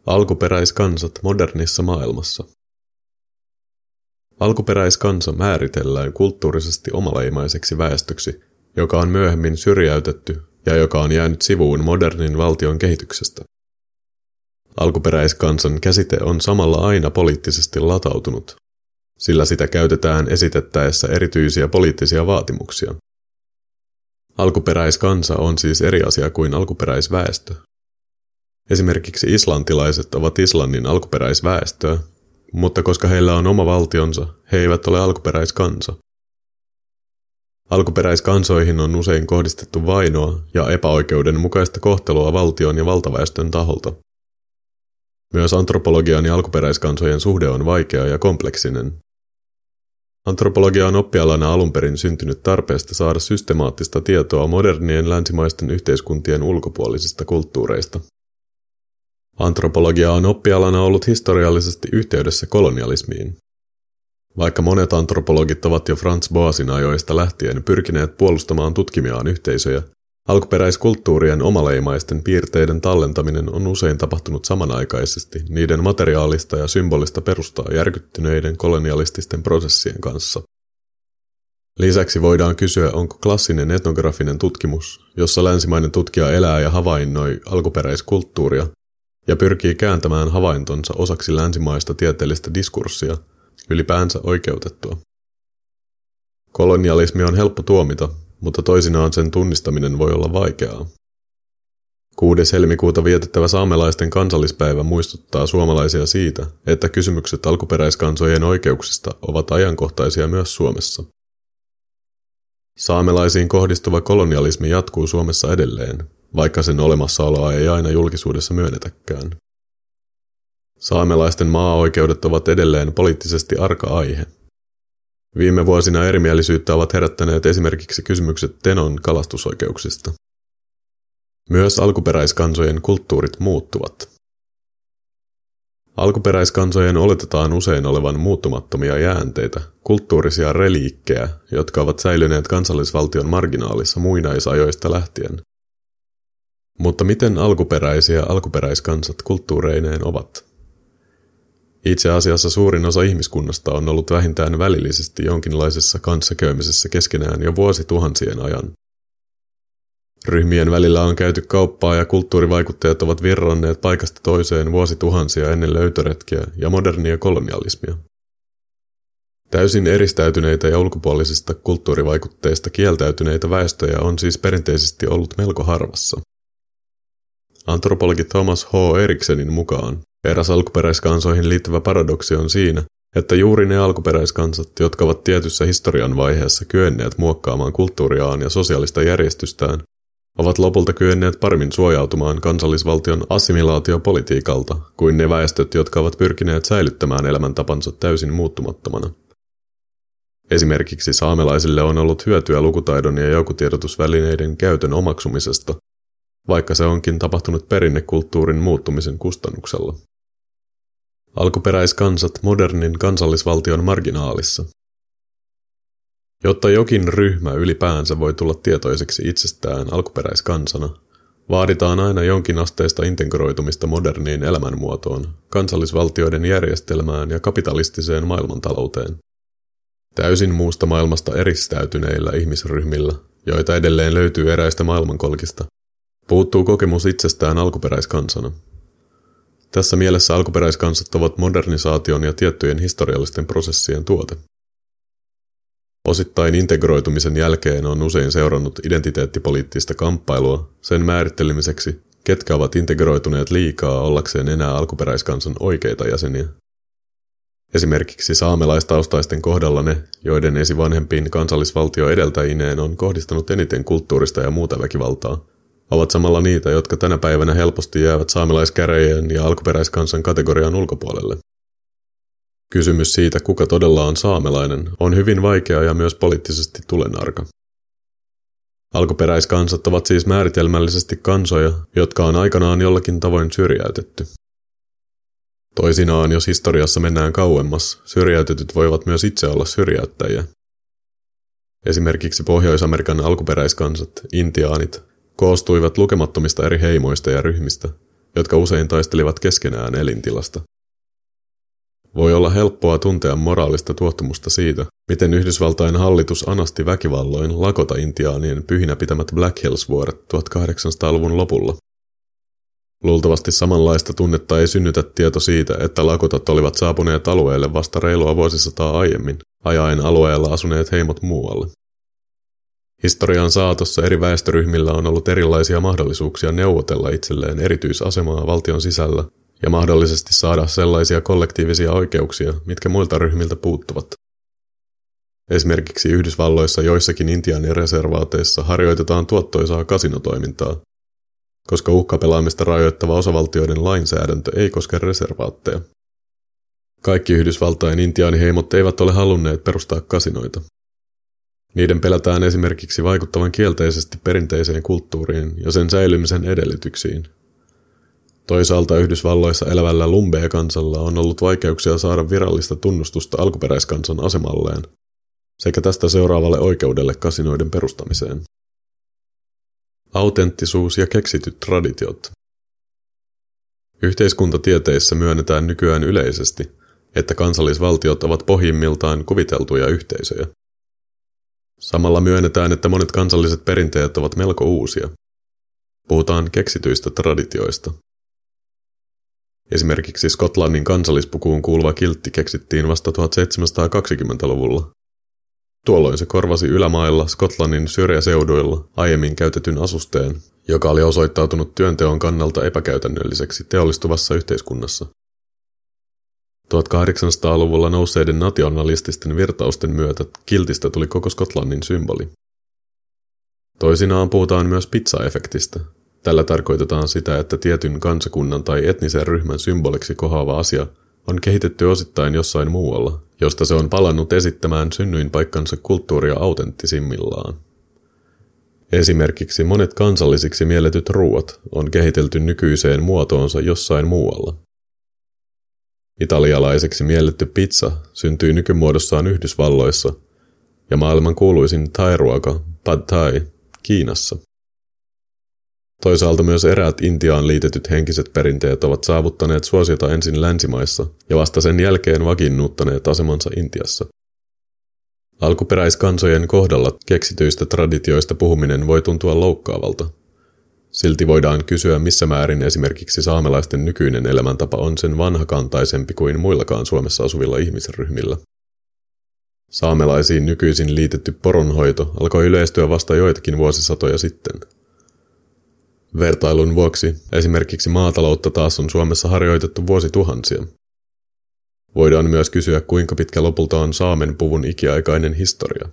Alkuperäiskansat modernissa maailmassa. Alkuperäiskansa määritellään kulttuurisesti omaleimaiseksi väestöksi, joka on myöhemmin syrjäytetty ja joka on jäänyt sivuun modernin valtion kehityksestä. Alkuperäiskansan käsite on samalla aina poliittisesti latautunut, sillä sitä käytetään esitettäessä erityisiä poliittisia vaatimuksia. Alkuperäiskansa on siis eri asia kuin alkuperäisväestö. Esimerkiksi islantilaiset ovat Islannin alkuperäisväestöä, mutta koska heillä on oma valtionsa, he eivät ole alkuperäiskansa. Alkuperäiskansoihin on usein kohdistettu vainoa ja epäoikeudenmukaista kohtelua valtion ja valtaväestön taholta. Myös antropologian ja alkuperäiskansojen suhde on vaikea ja kompleksinen. Antropologia on oppialana alun perin syntynyt tarpeesta saada systemaattista tietoa modernien länsimaisten yhteiskuntien ulkopuolisista kulttuureista. Antropologia on oppialana ollut historiallisesti yhteydessä kolonialismiin. Vaikka monet antropologit ovat jo Franz Boasin ajoista lähtien pyrkineet puolustamaan tutkimiaan yhteisöjä, alkuperäiskulttuurien omaleimaisten piirteiden tallentaminen on usein tapahtunut samanaikaisesti niiden materiaalista ja symbolista perustaa järkyttyneiden kolonialististen prosessien kanssa. Lisäksi voidaan kysyä, onko klassinen etnografinen tutkimus, jossa länsimainen tutkija elää ja havainnoi alkuperäiskulttuuria ja pyrkii kääntämään havaintonsa osaksi länsimaista tieteellistä diskurssia, ylipäänsä oikeutettua. Kolonialismi on helppo tuomita, mutta toisinaan sen tunnistaminen voi olla vaikeaa. 6. helmikuuta vietettävä saamelaisten kansallispäivä muistuttaa suomalaisia siitä, että kysymykset alkuperäiskansojen oikeuksista ovat ajankohtaisia myös Suomessa. Saamelaisiin kohdistuva kolonialismi jatkuu Suomessa edelleen, vaikka sen olemassaoloa ei aina julkisuudessa myönnetäkään. Saamelaisten maa-oikeudet ovat edelleen poliittisesti arka aihe. Viime vuosina erimielisyyttä ovat herättäneet esimerkiksi kysymykset Tenon kalastusoikeuksista. Myös alkuperäiskansojen kulttuurit muuttuvat. Alkuperäiskansojen oletetaan usein olevan muuttumattomia jäänteitä, kulttuurisia reliikkejä, jotka ovat säilyneet kansallisvaltion marginaalissa muinaisajoista lähtien. Mutta miten alkuperäisiä alkuperäiskansat kulttuureineen ovat? Itse asiassa suurin osa ihmiskunnasta on ollut vähintään välillisesti jonkinlaisessa kanssakäymisessä keskenään jo vuosituhansien ajan. Ryhmien välillä on käyty kauppaa ja kulttuurivaikutteet ovat virranneet paikasta toiseen vuosituhansia ennen löytöretkiä ja modernia kolonialismia. Täysin eristäytyneitä ja ulkopuolisista kulttuurivaikutteista kieltäytyneitä väestöjä on siis perinteisesti ollut melko harvassa. Antropologi Thomas H. Eriksenin mukaan eräs alkuperäiskansoihin liittyvä paradoksi on siinä, että juuri ne alkuperäiskansat, jotka ovat tietyssä historian vaiheessa kyenneet muokkaamaan kulttuuriaan ja sosiaalista järjestystään, ovat lopulta kyenneet paremmin suojautumaan kansallisvaltion assimilaatiopolitiikalta kuin ne väestöt, jotka ovat pyrkineet säilyttämään elämäntapansa täysin muuttumattomana. Esimerkiksi saamelaisille on ollut hyötyä lukutaidon ja joukotiedotusvälineiden käytön omaksumisesta, vaikka se onkin tapahtunut perinnekulttuurin muuttumisen kustannuksella. Alkuperäiskansat modernin kansallisvaltion marginaalissa. Jotta jokin ryhmä ylipäänsä voi tulla tietoiseksi itsestään alkuperäiskansana, vaaditaan aina jonkinasteista integroitumista moderniin elämänmuotoon, kansallisvaltioiden järjestelmään ja kapitalistiseen maailmantalouteen. Täysin muusta maailmasta eristäytyneillä ihmisryhmillä, joita edelleen löytyy eräistä maailmankolkista, puuttuu kokemus itsestään alkuperäiskansana. Tässä mielessä alkuperäiskansat ovat modernisaation ja tiettyjen historiallisten prosessien tuote. Osittain integroitumisen jälkeen on usein seurannut identiteettipoliittista kamppailua sen määrittelemiseksi, ketkä ovat integroituneet liikaa ollakseen enää alkuperäiskansan oikeita jäseniä. Esimerkiksi saamelaistaustaisten kohdalla ne, joiden esivanhempiin kansallisvaltio edeltäjineen on kohdistanut eniten kulttuurista ja muuta väkivaltaa, ovat samalla niitä, jotka tänä päivänä helposti jäävät saamelaiskäräjien ja alkuperäiskansan kategorian ulkopuolelle. Kysymys siitä, kuka todella on saamelainen, on hyvin vaikea ja myös poliittisesti tulenarka. Alkuperäiskansat ovat siis määritelmällisesti kansoja, jotka on aikanaan jollakin tavoin syrjäytetty. Toisinaan, jos historiassa mennään kauemmas, syrjäytetyt voivat myös itse olla syrjäyttäjiä. Esimerkiksi Pohjois-Amerikan alkuperäiskansat, intiaanit, koostuivat lukemattomista eri heimoista ja ryhmistä, jotka usein taistelivat keskenään elintilasta. Voi olla helppoa tuntea moraalista tuottumusta siitä, miten Yhdysvaltain hallitus anasti väkivalloin Lakota-intiaanien pyhinä pitämät Black Hills-vuoret 1800-luvun lopulla. Luultavasti samanlaista tunnetta ei synnytä tieto siitä, että Lakotat olivat saapuneet alueelle vasta reilua vuosisataa aiemmin, ajaen alueella asuneet heimot muualle. Historian saatossa eri väestöryhmillä on ollut erilaisia mahdollisuuksia neuvotella itselleen erityisasemaa valtion sisällä ja mahdollisesti saada sellaisia kollektiivisia oikeuksia, mitkä muilta ryhmiltä puuttuvat. Esimerkiksi Yhdysvalloissa joissakin intiaanireservaateissa harjoitetaan tuottoisaa kasinotoimintaa, koska uhkapelaamista rajoittava osavaltioiden lainsäädäntö ei koske reservaatteja. Kaikki Yhdysvaltain intiaaniheimot eivät ole halunneet perustaa kasinoita. Niiden pelätään esimerkiksi vaikuttavan kielteisesti perinteiseen kulttuuriin ja sen säilymisen edellytyksiin. Toisaalta Yhdysvalloissa elävällä Lumbee-kansalla on ollut vaikeuksia saada virallista tunnustusta alkuperäiskansan asemalleen sekä tästä seuraavalle oikeudelle kasinoiden perustamiseen. Autenttisuus ja keksityt traditiot. Yhteiskuntatieteissä myönnetään nykyään yleisesti, että kansallisvaltiot ovat pohjimmiltaan kuviteltuja yhteisöjä. Samalla myönnetään, että monet kansalliset perinteet ovat melko uusia. Puhutaan keksityistä traditioista. Esimerkiksi Skotlannin kansallispukuun kuuluva kiltti keksittiin vasta 1720-luvulla. Tuolloin se korvasi ylämailla Skotlannin syrjäseuduilla aiemmin käytetyn asusteen, joka oli osoittautunut työnteon kannalta epäkäytännölliseksi teollistuvassa yhteiskunnassa. 1800-luvulla nousseiden nationalististen virtausten myötä kiltistä tuli koko Skotlannin symboli. Toisinaan puhutaan myös pizza-efektistä. Tällä tarkoitetaan sitä, että tietyn kansakunnan tai etnisen ryhmän symboliksi kohoava asia on kehitetty osittain jossain muualla, josta se on palannut esittämään synnyinpaikkansa kulttuuria autenttisimmillaan. Esimerkiksi monet kansallisiksi mielletyt ruuat on kehitelty nykyiseen muotoonsa jossain muualla. Italialaiseksi mielletty pizza syntyi nykymuodossaan Yhdysvalloissa ja maailman kuuluisin thai-ruoka pad thai Kiinassa. Toisaalta myös eräät Intiaan liitetyt henkiset perinteet ovat saavuttaneet suosiota ensin länsimaissa ja vasta sen jälkeen vakiinnuttaneet asemansa Intiassa. Alkuperäiskansojen kohdalla keksityistä traditioista puhuminen voi tuntua loukkaavalta. Silti voidaan kysyä, missä määrin esimerkiksi saamelaisten nykyinen elämäntapa on sen vanhakantaisempi kuin muillakaan Suomessa asuvilla ihmisryhmillä. Saamelaisiin nykyisin liitetty poronhoito alkoi yleistyä vasta joitakin vuosisatoja sitten. Vertailun vuoksi esimerkiksi maataloutta taas on Suomessa harjoitettu vuosituhansia. Voidaan myös kysyä, kuinka pitkä lopulta on saamen puvun ikiaikainen historia.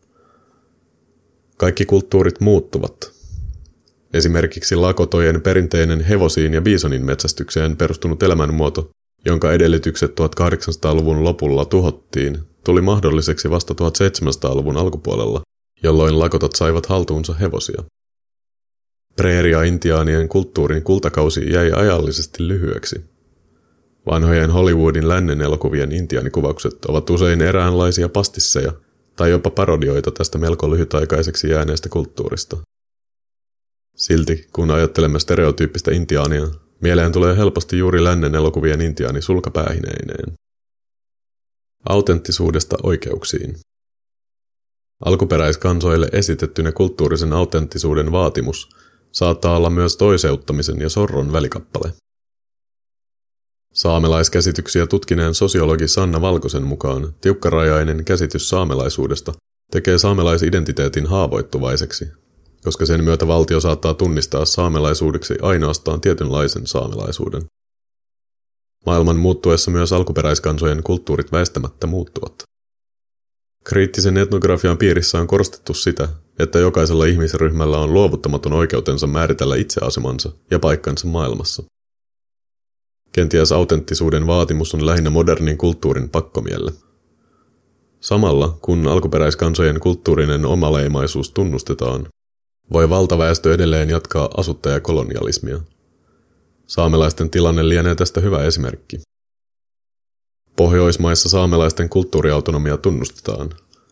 Kaikki kulttuurit muuttuvat. Esimerkiksi Lakotojen perinteinen hevosiin ja biisonin metsästykseen perustunut elämänmuoto, jonka edellytykset 1800-luvun lopulla tuhottiin, tuli mahdolliseksi vasta 1700-luvun alkupuolella, jolloin Lakotat saivat haltuunsa hevosia. Preeria-intiaanien kulttuurin kultakausi jäi ajallisesti lyhyeksi. Vanhojen Hollywoodin lännen elokuvien intiaanikuvaukset ovat usein eräänlaisia pastisseja tai jopa parodioita tästä melko lyhytaikaiseksi jääneestä kulttuurista. Silti, kun ajattelemme stereotyyppistä intiaania, mieleen tulee helposti juuri lännen elokuvien intiaani sulkapäähineineen. Autenttisuudesta oikeuksiin. Alkuperäiskansoille esitettynä kulttuurisen autenttisuuden vaatimus saattaa olla myös toiseuttamisen ja sorron välikappale. Saamelaiskäsityksiä tutkineen sosiologi Sanna Valkosen mukaan tiukkarajainen käsitys saamelaisuudesta tekee saamelaisidentiteetin haavoittuvaiseksi, koska sen myötä valtio saattaa tunnistaa saamelaisuudeksi ainoastaan tietynlaisen saamelaisuuden. Maailman muuttuessa myös alkuperäiskansojen kulttuurit väistämättä muuttuvat. Kriittisen etnografian piirissä on korostettu sitä, että jokaisella ihmisryhmällä on luovuttamaton oikeutensa määritellä itseasemansa ja paikkansa maailmassa. Kenties autenttisuuden vaatimus on lähinnä modernin kulttuurin pakkomielle. Samalla, kun alkuperäiskansojen kulttuurinen omaleimaisuus tunnustetaan, voi valtaväestö edelleen jatkaa asuttajakolonialismia. Saamelaisten tilanne lienee tästä hyvä esimerkki. Pohjoismaissa saamelaisten kulttuuriautonomia tunnustetaan.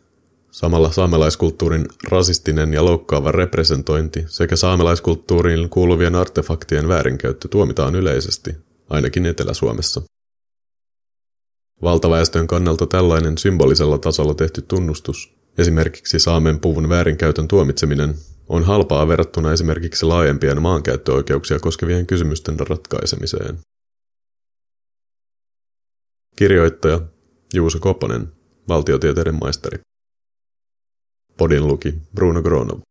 Samalla saamelaiskulttuurin rasistinen ja loukkaava representointi sekä saamelaiskulttuuriin kuuluvien artefaktien väärinkäyttö tuomitaan yleisesti, ainakin Etelä-Suomessa. Valtaväestön kannalta tällainen symbolisella tasolla tehty tunnustus, esimerkiksi saamen puvun väärinkäytön tuomitseminen, on halpaa verrattuna esimerkiksi laajempien maankäyttöoikeuksia koskevien kysymysten ratkaisemiseen. Kirjoittaja Juuso Koponen, valtiotieteiden maisteri. Podin luki Bruno Gronov.